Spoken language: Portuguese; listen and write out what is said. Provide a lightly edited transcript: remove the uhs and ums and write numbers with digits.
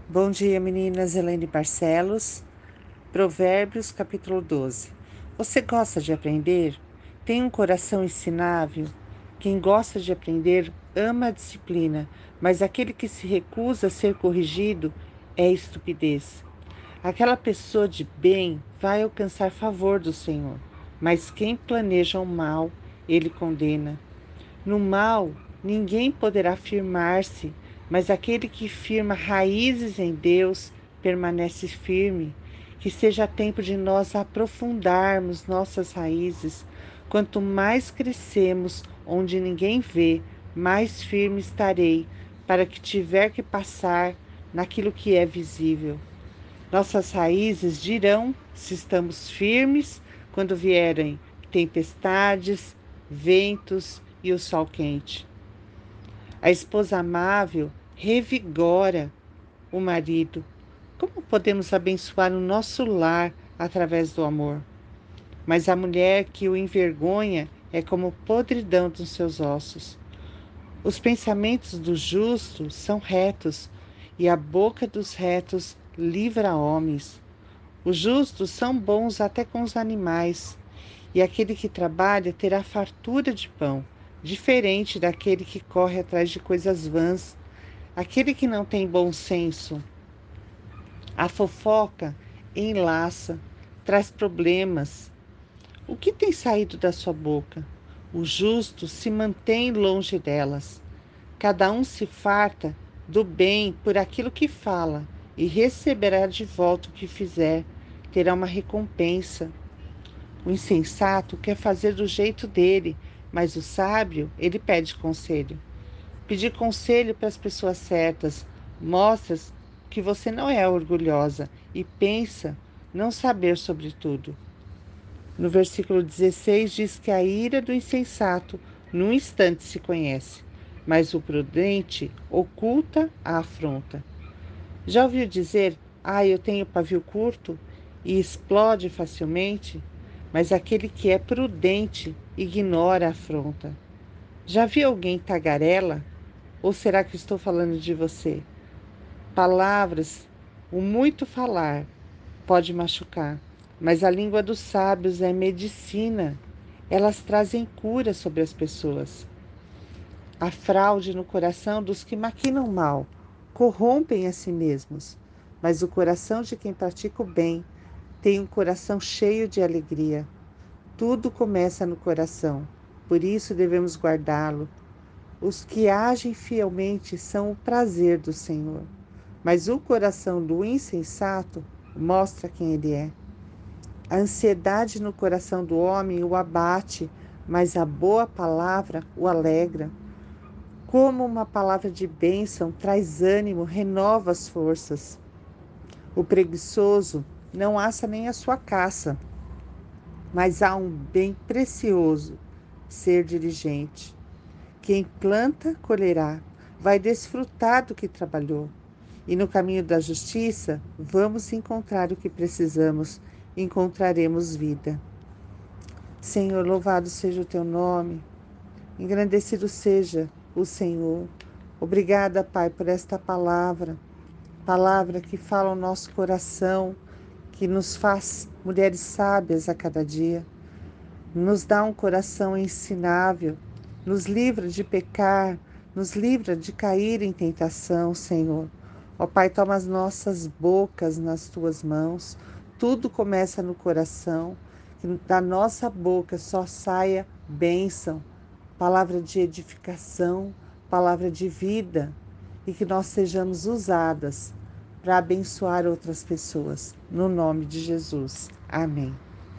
Bom dia, meninas. Elaine Barcelos, Provérbios, capítulo 12. Você gosta de aprender? Tem um coração ensinável? Quem gosta de aprender ama a disciplina, mas aquele que se recusa a ser corrigido é estupidez. Aquela pessoa de bem vai alcançar favor do Senhor, mas quem planeja o mal, ele condena. No mal, ninguém poderá firmar-se, mas aquele que firma raízes em Deus permanece firme. Que seja tempo de nós aprofundarmos nossas raízes. Quanto mais crescemos onde ninguém vê, mais firme estarei para que tiver que passar naquilo que é visível. Nossas raízes dirão se estamos firmes quando vierem tempestades, ventos e o sol quente. A esposa amável revigora o marido. Como podemos abençoar o nosso lar através do amor? Mas a mulher que o envergonha é como podridão dos seus ossos. Os pensamentos do justo são retos, e a boca dos retos livra homens. Os justos são bons até com os animais, e aquele que trabalha terá fartura de pão, diferente daquele que corre atrás de coisas vãs. Aquele que não tem bom senso, a fofoca enlaça, traz problemas. O que tem saído da sua boca? O justo se mantém longe delas. Cada um se farta do bem por aquilo que fala, e receberá de volta o que fizer, terá uma recompensa. O insensato quer fazer do jeito dele, mas o sábio, ele pede conselho. Pedir conselho para as pessoas certas mostra que você não é orgulhosa e pensa não saber sobre tudo. No versículo 16 diz que a ira do insensato num instante se conhece, mas o prudente oculta a afronta. Já ouviu dizer, eu tenho pavio curto e explode facilmente? Mas aquele que é prudente ignora a afronta. Já viu alguém tagarela? Ou será que estou falando de você? Palavras, o muito falar, pode machucar, mas a língua dos sábios é medicina. Elas trazem cura sobre as pessoas. A fraude no coração dos que maquinam mal corrompem a si mesmos, mas o coração de quem pratica o bem tem um coração cheio de alegria. Tudo começa no coração, por isso devemos guardá-lo. Os que agem fielmente são o prazer do Senhor, mas o coração do insensato mostra quem ele é. A ansiedade no coração do homem o abate, mas a boa palavra o alegra. Como uma palavra de bênção traz ânimo, renova as forças. O preguiçoso não assa nem a sua caça, mas há um bem precioso, ser diligente. Quem planta, colherá, vai desfrutar do que trabalhou. E no caminho da justiça, vamos encontrar o que precisamos, encontraremos vida. Senhor, louvado seja o teu nome, engrandecido seja o Senhor. Obrigada, Pai, por esta palavra, palavra que fala ao nosso coração, que nos faz mulheres sábias a cada dia, nos dá um coração ensinável, nos livra de pecar, nos livra de cair em tentação, Senhor. Ó Pai, toma as nossas bocas nas tuas mãos, tudo começa no coração, que da nossa boca só saia bênção, palavra de edificação, palavra de vida, e que nós sejamos usadas para abençoar outras pessoas. No nome de Jesus. Amém.